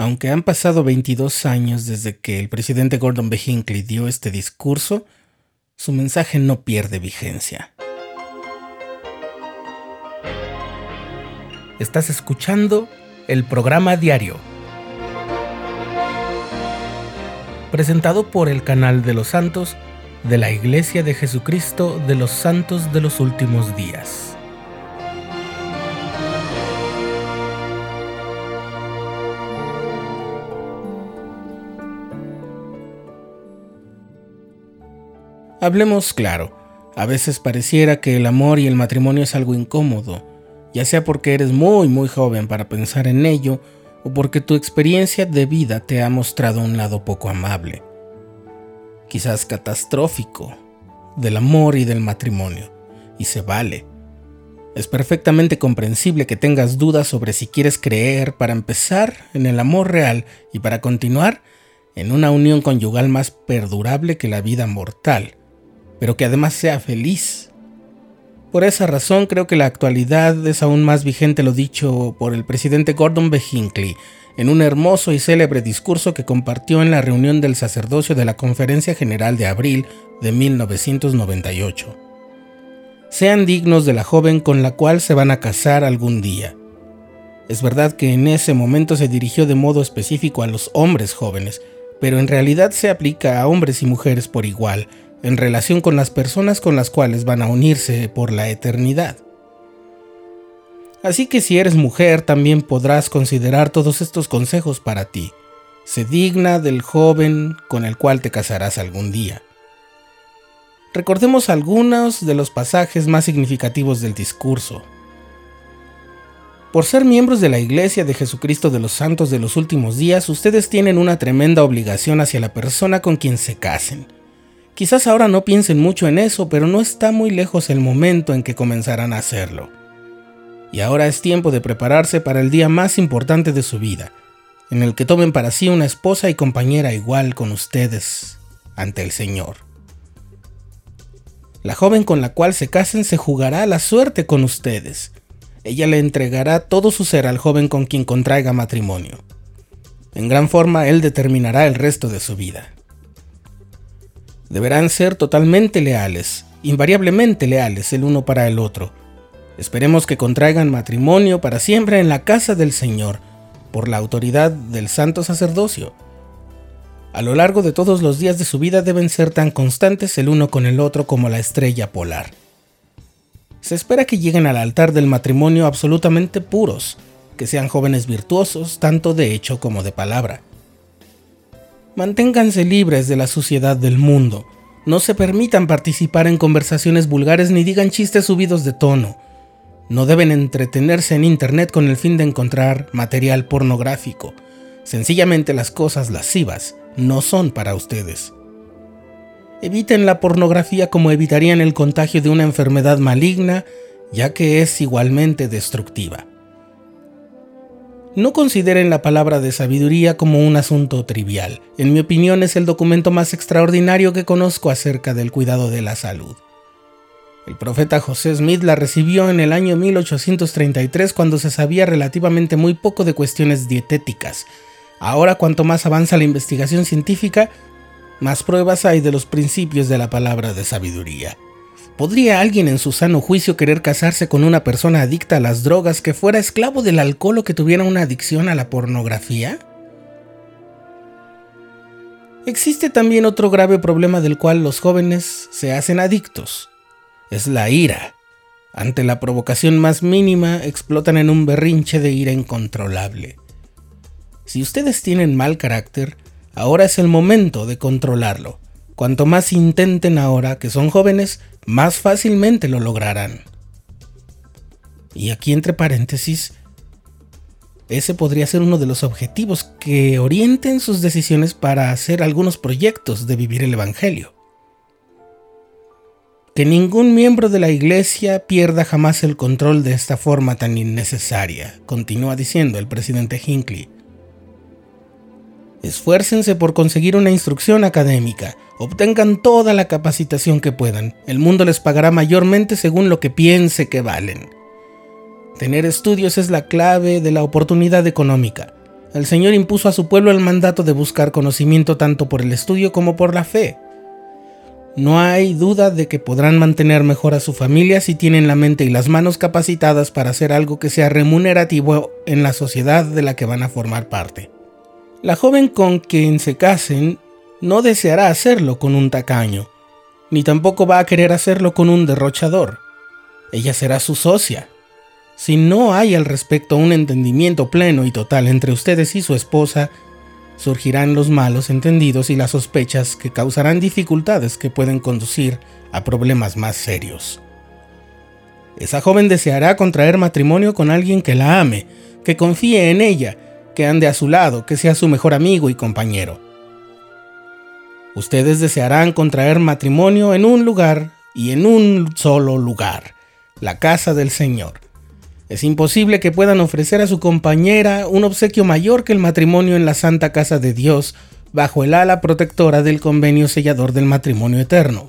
Aunque han pasado 22 años desde que el presidente Gordon B. Hinckley dio este discurso, su mensaje no pierde vigencia. Estás escuchando el programa diario, presentado por el canal de los santos de la Iglesia de Jesucristo de los Santos de los Últimos Días. Hablemos claro, a veces pareciera que el amor y el matrimonio es algo incómodo, ya sea porque eres muy joven para pensar en ello o porque tu experiencia de vida te ha mostrado un lado poco amable, quizás catastrófico, del amor y del matrimonio, y se vale. Es perfectamente comprensible que tengas dudas sobre si quieres creer para empezar en el amor real y para continuar en una unión conyugal más perdurable que la vida mortal, pero que además sea feliz. Por esa razón creo que la actualidad es aún más vigente lo dicho por el presidente Gordon B. Hinckley en un hermoso y célebre discurso que compartió en la reunión del sacerdocio de la Conferencia General de abril de 1998. Sean dignos de la joven con la cual se van a casar algún día. Es verdad que en ese momento se dirigió de modo específico a los hombres jóvenes, pero en realidad se aplica a hombres y mujeres por igual, en relación con las personas con las cuales van a unirse por la eternidad. Así que si eres mujer, también podrás considerar todos estos consejos para ti. Sé digna del joven con el cual te casarás algún día. Recordemos algunos de los pasajes más significativos del discurso. Por ser miembros de la Iglesia de Jesucristo de los Santos de los Últimos Días, ustedes tienen una tremenda obligación hacia la persona con quien se casen. Quizás ahora no piensen mucho en eso, pero no está muy lejos el momento en que comenzarán a hacerlo. Y ahora es tiempo de prepararse para el día más importante de su vida, en el que tomen para sí una esposa y compañera igual con ustedes ante el Señor. La joven con la cual se casen se jugará la suerte con ustedes. Ella le entregará todo su ser al joven con quien contraiga matrimonio. En gran forma, él determinará el resto de su vida. Deberán ser totalmente leales, invariablemente leales el uno para el otro. Esperemos que contraigan matrimonio para siempre en la casa del Señor, por la autoridad del santo sacerdocio. A lo largo de todos los días de su vida deben ser tan constantes el uno con el otro como la estrella polar. Se espera que lleguen al altar del matrimonio absolutamente puros, que sean jóvenes virtuosos, tanto de hecho como de palabra. Manténganse libres de la suciedad del mundo. No se permitan participar en conversaciones vulgares ni digan chistes subidos de tono. No deben entretenerse en internet con el fin de encontrar material pornográfico. Sencillamente las cosas lascivas no son para ustedes. Eviten la pornografía como evitarían el contagio de una enfermedad maligna, ya que es igualmente destructiva. No consideren la palabra de sabiduría como un asunto trivial. En mi opinión es el documento más extraordinario que conozco acerca del cuidado de la salud. El profeta José Smith la recibió en el año 1833 cuando se sabía relativamente muy poco de cuestiones dietéticas. Ahora, cuanto más avanza la investigación científica, más pruebas hay de los principios de la palabra de sabiduría. ¿Podría alguien en su sano juicio querer casarse con una persona adicta a las drogas, que fuera esclavo del alcohol o que tuviera una adicción a la pornografía? Existe también otro grave problema del cual los jóvenes se hacen adictos. Es la ira. Ante la provocación más mínima, explotan en un berrinche de ira incontrolable. Si ustedes tienen mal carácter, ahora es el momento de controlarlo. Cuanto más intenten ahora que son jóvenes, más fácilmente lo lograrán. Y aquí entre paréntesis, ese podría ser uno de los objetivos que orienten sus decisiones para hacer algunos proyectos de vivir el Evangelio. Que ningún miembro de la Iglesia pierda jamás el control de esta forma tan innecesaria, continúa diciendo el presidente Hinckley. Esfuércense por conseguir una instrucción académica, obtengan toda la capacitación que puedan. El mundo les pagará mayormente según lo que piense que valen. Tener estudios es la clave de la oportunidad económica. El Señor impuso a su pueblo el mandato de buscar conocimiento tanto por el estudio como por la fe. No hay duda de que podrán mantener mejor a su familia si tienen la mente y las manos capacitadas para hacer algo que sea remunerativo en la sociedad de la que van a formar parte. La joven con quien se casen no deseará hacerlo con un tacaño, ni tampoco va a querer hacerlo con un derrochador. Ella será su socia. Si no hay al respecto un entendimiento pleno y total entre ustedes y su esposa, surgirán los malos entendidos y las sospechas que causarán dificultades que pueden conducir a problemas más serios. Esa joven deseará contraer matrimonio con alguien que la ame, que confíe en ella, que ande a su lado, que sea su mejor amigo y compañero. Ustedes desearán contraer matrimonio en un lugar y en un solo lugar, la casa del Señor. Es imposible que puedan ofrecer a su compañera un obsequio mayor que el matrimonio en la santa casa de Dios, bajo el ala protectora del convenio sellador del matrimonio eterno.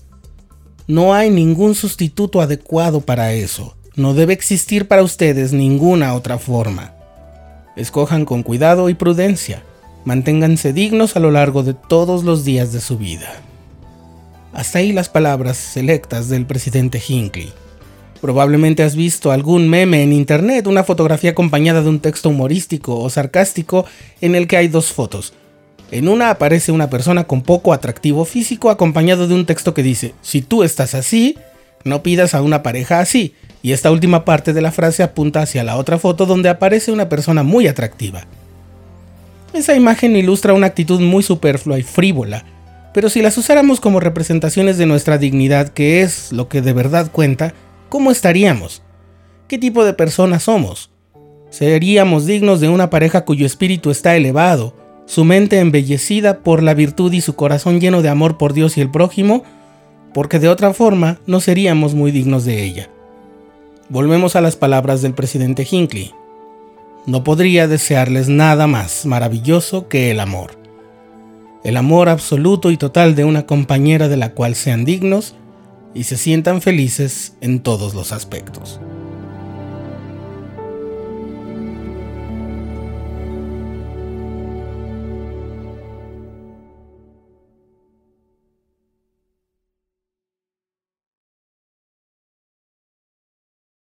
No hay ningún sustituto adecuado para eso. No debe existir para ustedes ninguna otra forma. Escojan con cuidado y prudencia. Manténganse dignos a lo largo de todos los días de su vida. Hasta ahí las palabras selectas del presidente Hinckley. Probablemente has visto algún meme en internet, una fotografía acompañada de un texto humorístico o sarcástico en el que hay dos fotos. En una aparece una persona con poco atractivo físico acompañado de un texto que dice: si tú estás así, no pidas a una pareja así. Y esta última parte de la frase apunta hacia la otra foto donde aparece una persona muy atractiva. Esa imagen ilustra una actitud muy superflua y frívola, pero si las usáramos como representaciones de nuestra dignidad, que es lo que de verdad cuenta, ¿cómo estaríamos? ¿Qué tipo de personas somos? ¿Seríamos dignos de una pareja cuyo espíritu está elevado, su mente embellecida por la virtud y su corazón lleno de amor por Dios y el prójimo? Porque de otra forma no seríamos muy dignos de ella. Volvemos a las palabras del presidente Hinckley. No podría desearles nada más maravilloso que el amor. El amor absoluto y total de una compañera de la cual sean dignos y se sientan felices en todos los aspectos.